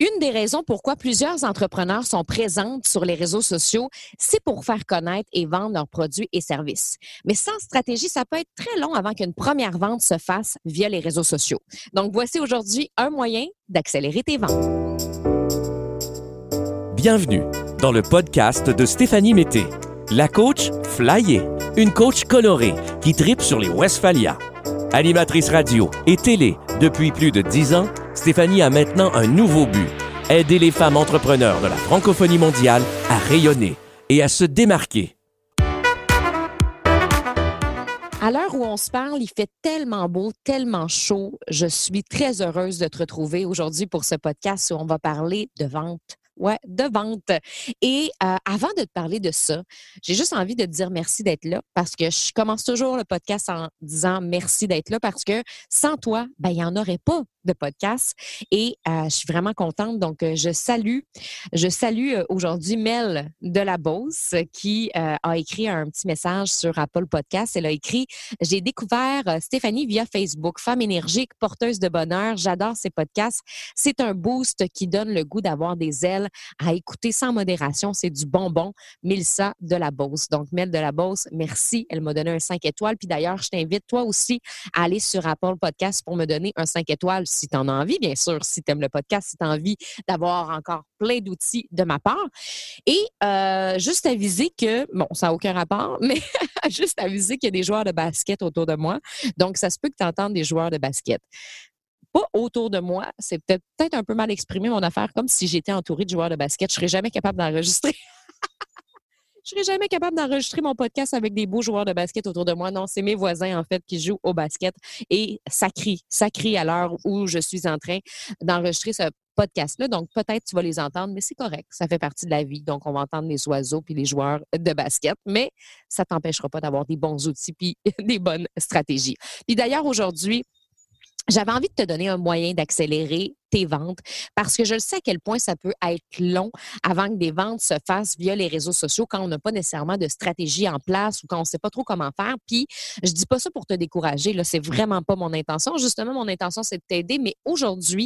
Une des raisons pourquoi plusieurs entrepreneurs sont présents sur les réseaux sociaux, c'est pour faire connaître et vendre leurs produits et services. Mais sans stratégie, ça peut être très long avant qu'une première vente se fasse via les réseaux sociaux. Donc, voici aujourd'hui un moyen d'accélérer tes ventes. Bienvenue dans le podcast de Stéphanie Mété, la coach flyée, une coach colorée qui tripe sur les Westphalia. Animatrice radio et télé depuis plus de 10 ans, Stéphanie a maintenant un nouveau but, aider les femmes entrepreneurs de la francophonie mondiale à rayonner et à se démarquer. À l'heure où on se parle, il fait tellement beau, tellement chaud. Je suis très heureuse de te retrouver aujourd'hui pour ce podcast où on va parler de vente. Ouais, de vente. Et avant de te parler de ça, j'ai juste envie de te dire merci d'être là parce que je commence toujours le podcast en disant merci d'être là parce que sans toi, ben il n'y en aurait pas de podcast. Et je suis vraiment contente. Donc, je salue aujourd'hui Mel de la Beauce qui a écrit un petit message sur Apple Podcast. Elle a écrit « J'ai découvert Stéphanie via Facebook, femme énergique, porteuse de bonheur. J'adore ses podcasts. C'est un boost qui donne le goût d'avoir des ailes à écouter sans modération. C'est du bonbon. Mélissa de la Beauce. » Donc, Mel de la Beauce, merci. Elle m'a donné un 5 étoiles. Puis d'ailleurs, je t'invite toi aussi à aller sur Apple Podcast pour me donner un 5 étoiles si tu en as envie, bien sûr, si tu aimes le podcast, si tu as envie d'avoir encore plein d'outils de ma part. Et juste aviser que, bon, ça n'a aucun rapport, mais juste aviser qu'il y a des joueurs de basket autour de moi. Donc, ça se peut que tu entendes des joueurs de basket. Pas autour de moi, c'est peut-être un peu mal exprimé mon affaire, comme si j'étais entourée de joueurs de basket. Je ne serais jamais capable d'enregistrer. Je serais jamais capable d'enregistrer mon podcast avec des beaux joueurs de basket autour de moi. Non, c'est mes voisins, en fait, qui jouent au basket et ça crie à l'heure où je suis en train d'enregistrer ce podcast-là. Donc, peut-être tu vas les entendre, mais c'est correct. Ça fait partie de la vie. Donc, on va entendre les oiseaux puis les joueurs de basket, mais ça t'empêchera pas d'avoir des bons outils puis des bonnes stratégies. Puis d'ailleurs, aujourd'hui, j'avais envie de te donner un moyen d'accélérer tes ventes parce que je le sais à quel point ça peut être long avant que des ventes se fassent via les réseaux sociaux quand on n'a pas nécessairement de stratégie en place ou quand on ne sait pas trop comment faire. Puis, je dis pas ça pour te décourager, là, c'est vraiment pas mon intention. Justement, mon intention, c'est de t'aider, mais aujourd'hui,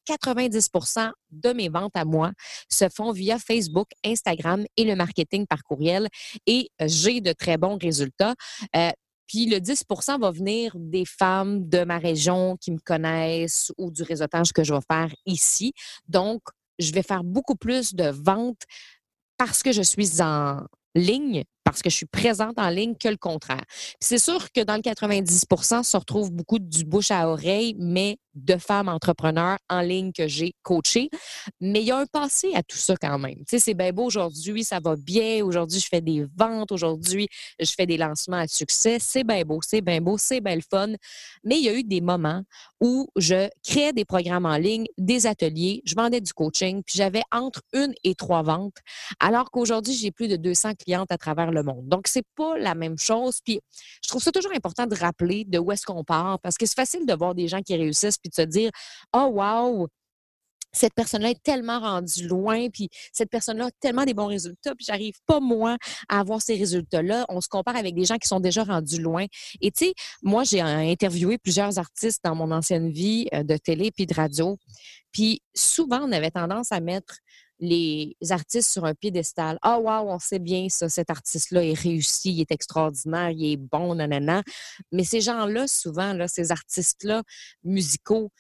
90% de mes ventes à moi se font via Facebook, Instagram et le marketing par courriel et j'ai de très bons résultats. Puis le 10% va venir des femmes de ma région qui me connaissent ou du réseautage que je vais faire ici. Donc, je vais faire beaucoup plus de ventes parce que je suis en ligne, parce que je suis présente en ligne que le contraire. Puis c'est sûr que dans le 90%, se retrouve beaucoup du bouche à oreille, mais de femmes entrepreneurs en ligne que j'ai coachées. Mais il y a un passé à tout ça quand même. Tu sais, c'est bien beau aujourd'hui, ça va bien. Aujourd'hui, je fais des ventes. Aujourd'hui, je fais des lancements à succès. C'est bien beau, c'est bien beau, c'est bien le fun. Mais il y a eu des moments où je créais des programmes en ligne, des ateliers, je vendais du coaching, puis j'avais entre 1 et 3 ventes, alors qu'aujourd'hui, j'ai plus de 200 clientes à travers le monde. Donc, c'est pas la même chose. Puis, je trouve ça toujours important de rappeler de où est-ce qu'on part, parce que c'est facile de voir des gens qui réussissent puis de se dire « Oh, wow! » Cette personne-là est tellement rendue loin, puis cette personne-là a tellement des bons résultats, puis j'arrive pas, moi, à avoir ces résultats-là. On se compare avec des gens qui sont déjà rendus loin. Et tu sais, moi, j'ai interviewé plusieurs artistes dans mon ancienne vie de télé puis de radio. Puis souvent, on avait tendance à mettre les artistes sur un piédestal. Ah, wow, on sait bien ça, cet artiste-là est réussi, il est extraordinaire, il est bon, nanana. Mais ces gens-là, souvent, là, ces artistes-là musicaux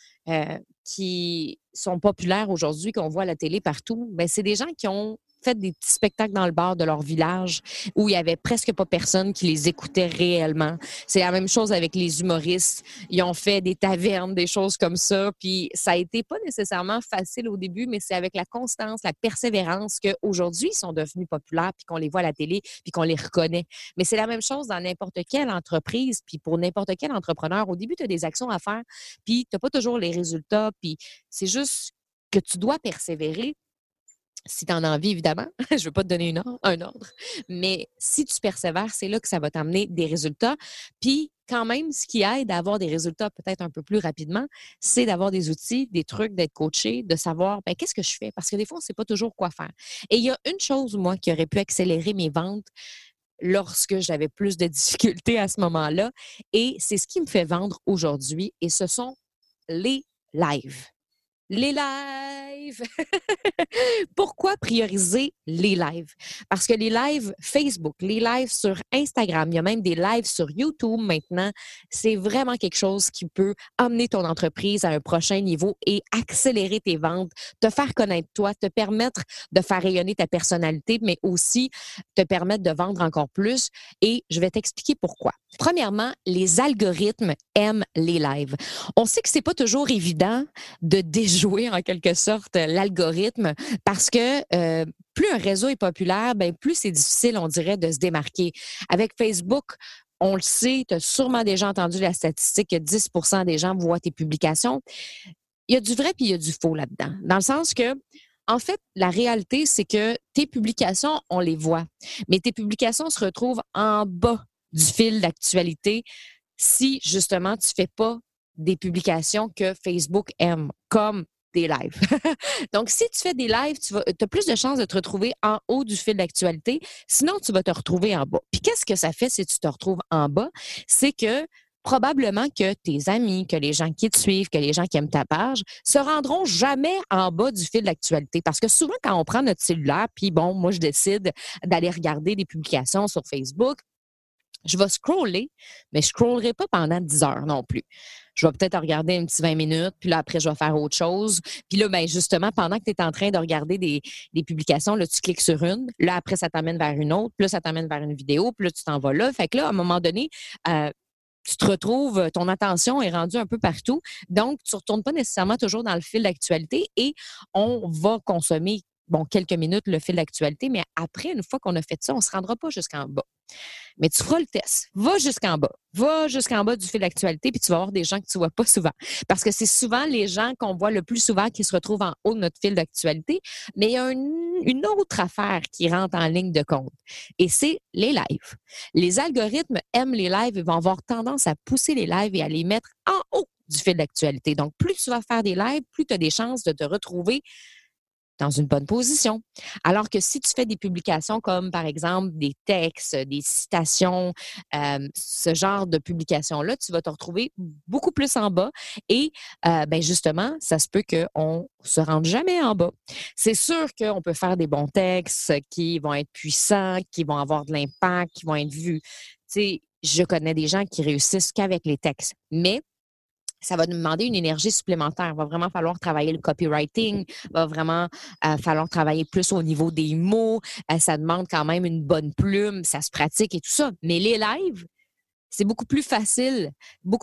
qui sont populaires aujourd'hui, qu'on voit à la télé partout, ben, c'est des gens qui ont fait des petits spectacles dans le bar de leur village où il y avait presque pas personne qui les écoutait réellement. C'est la même chose avec les humoristes. Ils ont fait des tavernes, des choses comme ça, puis ça a été pas nécessairement facile au début, mais c'est avec la constance, la persévérance qu'aujourd'hui, ils sont devenus populaires, puis qu'on les voit à la télé, puis qu'on les reconnaît. Mais c'est la même chose dans n'importe quelle entreprise, puis pour n'importe quel entrepreneur. Au début, tu as des actions à faire, puis tu n'as pas toujours les résultats, puis c'est juste que tu dois persévérer. Si tu en as envie, évidemment, je ne veux pas te donner un ordre, mais si tu persévères, c'est là que ça va t'amener des résultats. Puis, quand même, ce qui aide à avoir des résultats peut-être un peu plus rapidement, c'est d'avoir des outils, des trucs, d'être coaché, de savoir ben, qu'est-ce que je fais. Parce que des fois, on ne sait pas toujours quoi faire. Et il y a une chose, moi, qui aurait pu accélérer mes ventes lorsque j'avais plus de difficultés à ce moment-là, et c'est ce qui me fait vendre aujourd'hui, et ce sont les lives. les lives. Pourquoi prioriser les lives? Parce que les lives Facebook, les lives sur Instagram, il y a même des lives sur YouTube maintenant, c'est vraiment quelque chose qui peut amener ton entreprise à un prochain niveau et accélérer tes ventes, te faire connaître toi, te permettre de faire rayonner ta personnalité, mais aussi te permettre de vendre encore plus. Et je vais t'expliquer pourquoi. Premièrement, les algorithmes aiment les lives. On sait que c'est pas toujours évident de déjouer en quelque sorte l'algorithme parce que plus un réseau est populaire, ben plus c'est difficile, on dirait, de se démarquer. Avec Facebook, on le sait, tu as sûrement déjà entendu la statistique que 10% des gens voient tes publications. Il y a du vrai puis il y a du faux là-dedans. Dans le sens que, en fait, la réalité, c'est que tes publications, on les voit. Mais tes publications se retrouvent en bas du fil d'actualité si, justement, tu ne fais pas des publications que Facebook aime, comme des lives. Donc, si tu fais des lives, tu as plus de chances de te retrouver en haut du fil d'actualité. Sinon, tu vas te retrouver en bas. Puis, qu'est-ce que ça fait si tu te retrouves en bas? C'est que probablement que tes amis, que les gens qui te suivent, que les gens qui aiment ta page se rendront jamais en bas du fil d'actualité. Parce que souvent, quand on prend notre cellulaire, puis bon, moi, je décide d'aller regarder des publications sur Facebook, je vais scroller, mais je ne scrollerai pas pendant 10 heures non plus. Je vais peut-être regarder un petit 20 minutes, puis là, après, je vais faire autre chose. Puis là, ben, justement, pendant que tu es en train de regarder des publications, là, tu cliques sur une. Là, après, ça t'amène vers une autre. Puis là, ça t'amène vers une vidéo. Puis là, tu t'en vas là. Fait que là, à un moment donné, tu te retrouves, ton attention est rendue un peu partout. Donc, tu ne retournes pas nécessairement toujours dans le fil d'actualité et on va consommer, bon, quelques minutes le fil d'actualité, mais après, une fois qu'on a fait ça, on ne se rendra pas jusqu'en bas. Mais tu feras le test. Va jusqu'en bas. Va jusqu'en bas du fil d'actualité, puis tu vas avoir des gens que tu ne vois pas souvent. Parce que c'est souvent les gens qu'on voit le plus souvent qui se retrouvent en haut de notre fil d'actualité. Mais il y a une autre affaire qui rentre en ligne de compte. Et c'est les lives. Les algorithmes aiment les lives et vont avoir tendance à pousser les lives et à les mettre en haut du fil d'actualité. Donc, plus tu vas faire des lives, plus tu as des chances de te retrouver dans une bonne position. Alors que si tu fais des publications comme, par exemple, des textes, des citations, ce genre de publications-là, tu vas te retrouver beaucoup plus en bas et, ben justement, ça se peut qu'on ne se rende jamais en bas. C'est sûr qu'on peut faire des bons textes qui vont être puissants, qui vont avoir de l'impact, qui vont être vus. Tu sais, je connais des gens qui réussissent qu'avec les textes, mais ça va nous demander une énergie supplémentaire. Il va vraiment falloir travailler le copywriting, va vraiment falloir travailler plus au niveau des mots. Ça demande quand même une bonne plume, ça se pratique et tout ça. Mais les lives, c'est beaucoup plus facile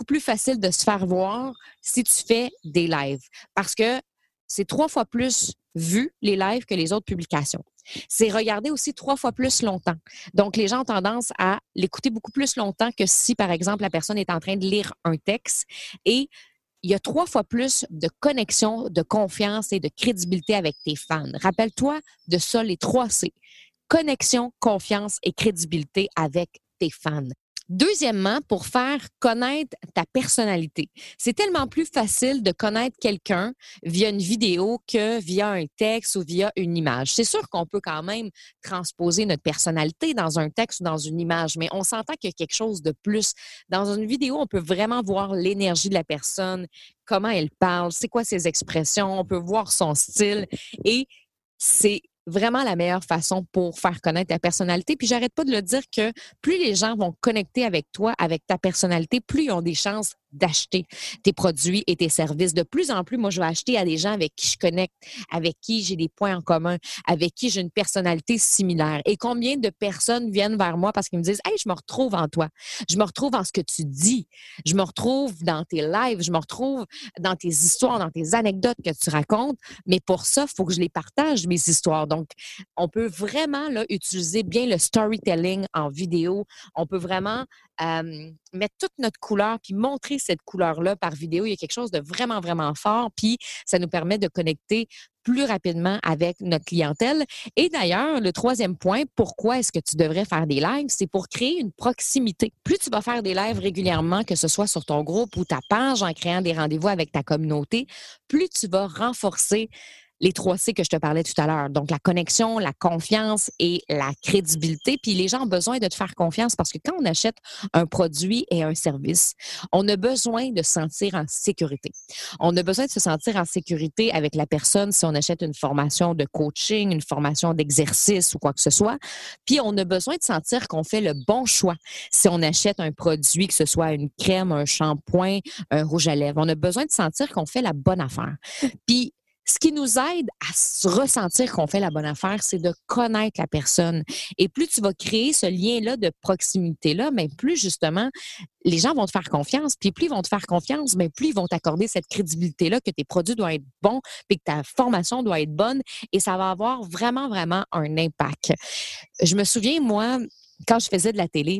de se faire voir si tu fais des lives. Parce que c'est 3 fois plus vu, les lives, que les autres publications. C'est regarder aussi 3 fois plus longtemps. Donc, les gens ont tendance à l'écouter beaucoup plus longtemps que si, par exemple, la personne est en train de lire un texte. Et il y a 3 fois plus de connexion, de confiance et de crédibilité avec tes fans. Rappelle-toi de ça, les 3 C. Connexion, confiance et crédibilité avec tes fans. Deuxièmement, pour faire connaître ta personnalité. C'est tellement plus facile de connaître quelqu'un via une vidéo que via un texte ou via une image. C'est sûr qu'on peut quand même transposer notre personnalité dans un texte ou dans une image, mais on s'entend qu'il y a quelque chose de plus. Dans une vidéo, on peut vraiment voir l'énergie de la personne, comment elle parle, c'est quoi ses expressions, on peut voir son style et c'est vraiment la meilleure façon pour faire connaître ta personnalité. Puis j'arrête pas de le dire que plus les gens vont connecter avec toi, avec ta personnalité, plus ils ont des chances d'acheter tes produits et tes services. De plus en plus, moi, je vais acheter à des gens avec qui je connecte, avec qui j'ai des points en commun, avec qui j'ai une personnalité similaire. Et combien de personnes viennent vers moi parce qu'ils me disent « Hey, je me retrouve en toi. Je me retrouve en ce que tu dis. Je me retrouve dans tes lives. Je me retrouve dans tes histoires, dans tes anecdotes que tu racontes. Mais pour ça, il faut que je les partage, mes histoires. » Donc, on peut vraiment là, utiliser bien le storytelling en vidéo. On peut vraiment mettre toute notre couleur puis montrer cette couleur-là par vidéo. Il y a quelque chose de vraiment, vraiment fort. Puis, ça nous permet de connecter plus rapidement avec notre clientèle. Et d'ailleurs, le troisième point, pourquoi est-ce que tu devrais faire des lives? C'est pour créer une proximité. Plus tu vas faire des lives régulièrement, que ce soit sur ton groupe ou ta page, en créant des rendez-vous avec ta communauté, plus tu vas renforcer les 3 C que je te parlais tout à l'heure. Donc, la connexion, la confiance et la crédibilité. Puis les gens ont besoin de te faire confiance parce que quand on achète un produit et un service, on a besoin de se sentir en sécurité. On a besoin de se sentir en sécurité avec la personne si on achète une formation de coaching, une formation d'exercice ou quoi que ce soit. Puis on a besoin de sentir qu'on fait le bon choix si on achète un produit, que ce soit une crème, un shampoing, un rouge à lèvres. On a besoin de sentir qu'on fait la bonne affaire. Puis ce qui nous aide à se ressentir qu'on fait la bonne affaire, c'est de connaître la personne. Et plus tu vas créer ce lien-là de proximité-là, mais plus justement, les gens vont te faire confiance. Puis plus ils vont te faire confiance, mais plus ils vont t'accorder cette crédibilité-là que tes produits doivent être bons, puis que ta formation doit être bonne. Et ça va avoir vraiment, vraiment un impact. Je me souviens, moi, quand je faisais de la télé,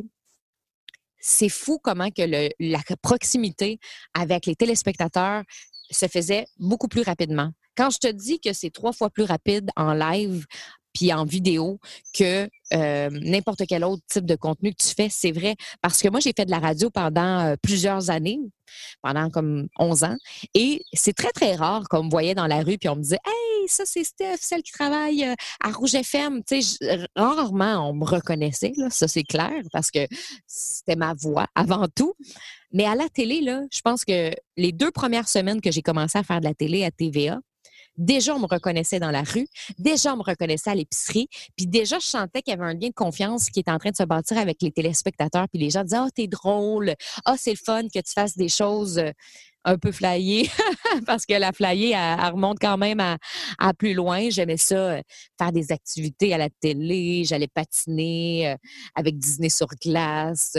c'est fou comment que la proximité avec les téléspectateurs se faisait beaucoup plus rapidement. Quand je te dis que c'est 3 fois plus rapide en live puis en vidéo que n'importe quel autre type de contenu que tu fais, c'est vrai. Parce que moi, j'ai fait de la radio pendant plusieurs années, pendant comme 11 ans. Et c'est très, très rare qu'on me voyait dans la rue puis on me disait « Hey, ça, c'est Steph, celle qui travaille à Rouge FM. » Tu sais, rarement on me reconnaissait, là, ça c'est clair, parce que c'était ma voix avant tout. Mais à la télé, là, je pense que les 2 premières semaines que j'ai commencé à faire de la télé à TVA, déjà, on me reconnaissait dans la rue. Déjà, on me reconnaissait à l'épicerie. Puis déjà, je sentais qu'il y avait un lien de confiance qui était en train de se bâtir avec les téléspectateurs. Puis les gens disaient « Ah, t'es drôle. Ah, c'est le fun que tu fasses des choses un peu flyées. » Parce que la flyée, elle remonte quand même à plus loin. J'aimais ça, faire des activités à la télé. J'allais patiner avec Disney sur glace.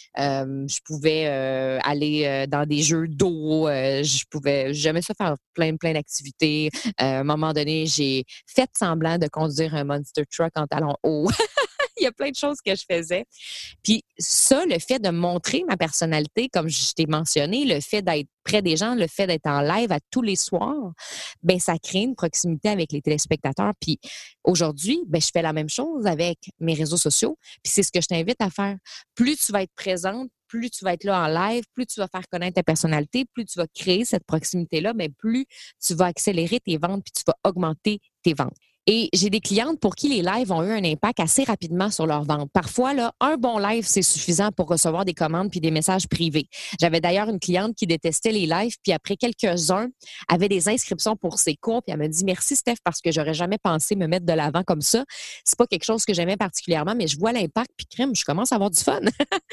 Je pouvais aller dans des jeux d'eau. J'aimais ça faire plein d'activités. À un moment donné, j'ai fait semblant de conduire un monster truck en talons hauts. Il y a plein de choses que je faisais. Puis ça, le fait de montrer ma personnalité, comme je t'ai mentionné, le fait d'être près des gens, le fait d'être en live à tous les soirs, ben ça crée une proximité avec les téléspectateurs. Puis aujourd'hui, ben je fais la même chose avec mes réseaux sociaux. Puis c'est ce que je t'invite à faire. Plus tu vas être présente, plus tu vas être là en live, plus tu vas faire connaître ta personnalité, plus tu vas créer cette proximité-là, mais plus tu vas accélérer tes ventes puis tu vas augmenter tes ventes. Et j'ai des clientes pour qui les lives ont eu un impact assez rapidement sur leur vente. Parfois, là, un bon live, c'est suffisant pour recevoir des commandes puis des messages privés. J'avais d'ailleurs une cliente qui détestait les lives, puis après quelques-uns, avait des inscriptions pour ses cours, puis elle me dit « Merci, Steph, parce que j'aurais jamais pensé me mettre de l'avant comme ça. C'est pas quelque chose que j'aimais particulièrement, mais je vois l'impact, puis crème, je commence à avoir du fun. »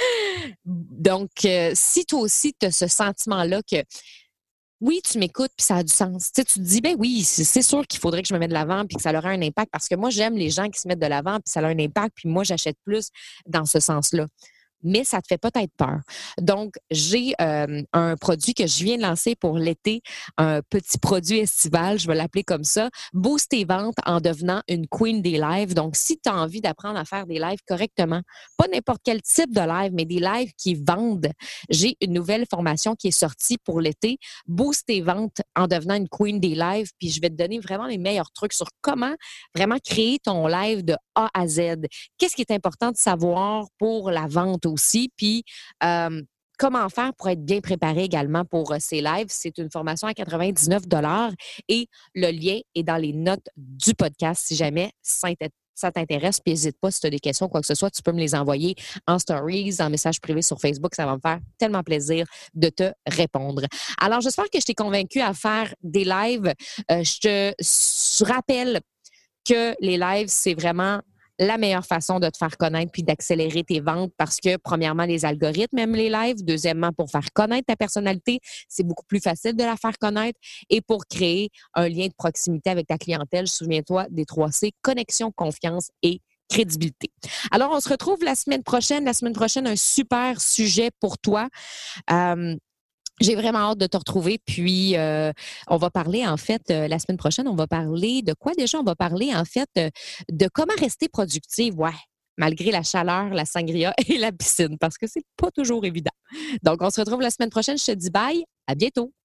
Donc, si toi aussi, tu as ce sentiment-là que oui, tu m'écoutes puis ça a du sens. Tu sais, tu te dis, ben oui, c'est sûr qu'il faudrait que je me mette de l'avant puis que ça aura un impact parce que moi, j'aime les gens qui se mettent de l'avant puis ça a un impact puis moi, j'achète plus dans ce sens-là. Mais ça te fait peut-être peur. Donc, j'ai un produit que je viens de lancer pour l'été, un petit produit estival, je vais l'appeler comme ça, booste tes ventes en devenant une queen des lives. Donc, si tu as envie d'apprendre à faire des lives correctement, pas n'importe quel type de live, mais des lives qui vendent, j'ai une nouvelle formation qui est sortie pour l'été, booste tes ventes en devenant une queen des lives, puis je vais te donner vraiment les meilleurs trucs sur comment vraiment créer ton live de A à Z. Qu'est-ce qui est important de savoir pour la vente aussi, puis comment faire pour être bien préparé également pour ces lives. C'est une formation à 99 et le lien est dans les notes du podcast si jamais ça t'intéresse. Puis n'hésite pas si tu as des questions, quoi que ce soit, tu peux me les envoyer en stories, en message privé sur Facebook. Ça va me faire tellement plaisir de te répondre. Alors, j'espère que je t'ai convaincu à faire des lives. Je te rappelle que les lives, c'est vraiment la meilleure façon de te faire connaître puis d'accélérer tes ventes parce que, premièrement, les algorithmes aiment les lives. Deuxièmement, pour faire connaître ta personnalité, c'est beaucoup plus facile de la faire connaître. Et pour créer un lien de proximité avec ta clientèle, souviens-toi des 3 C, connexion, confiance et crédibilité. Alors, on se retrouve la semaine prochaine. La semaine prochaine, un super sujet pour toi. J'ai vraiment hâte de te retrouver. Puis, on va parler, en fait, la semaine prochaine, on va parler de quoi déjà? On va parler, en fait, de comment rester productive, ouais, malgré la chaleur, la sangria et la piscine, parce que c'est pas toujours évident. Donc, on se retrouve la semaine prochaine. Je te dis bye. À bientôt.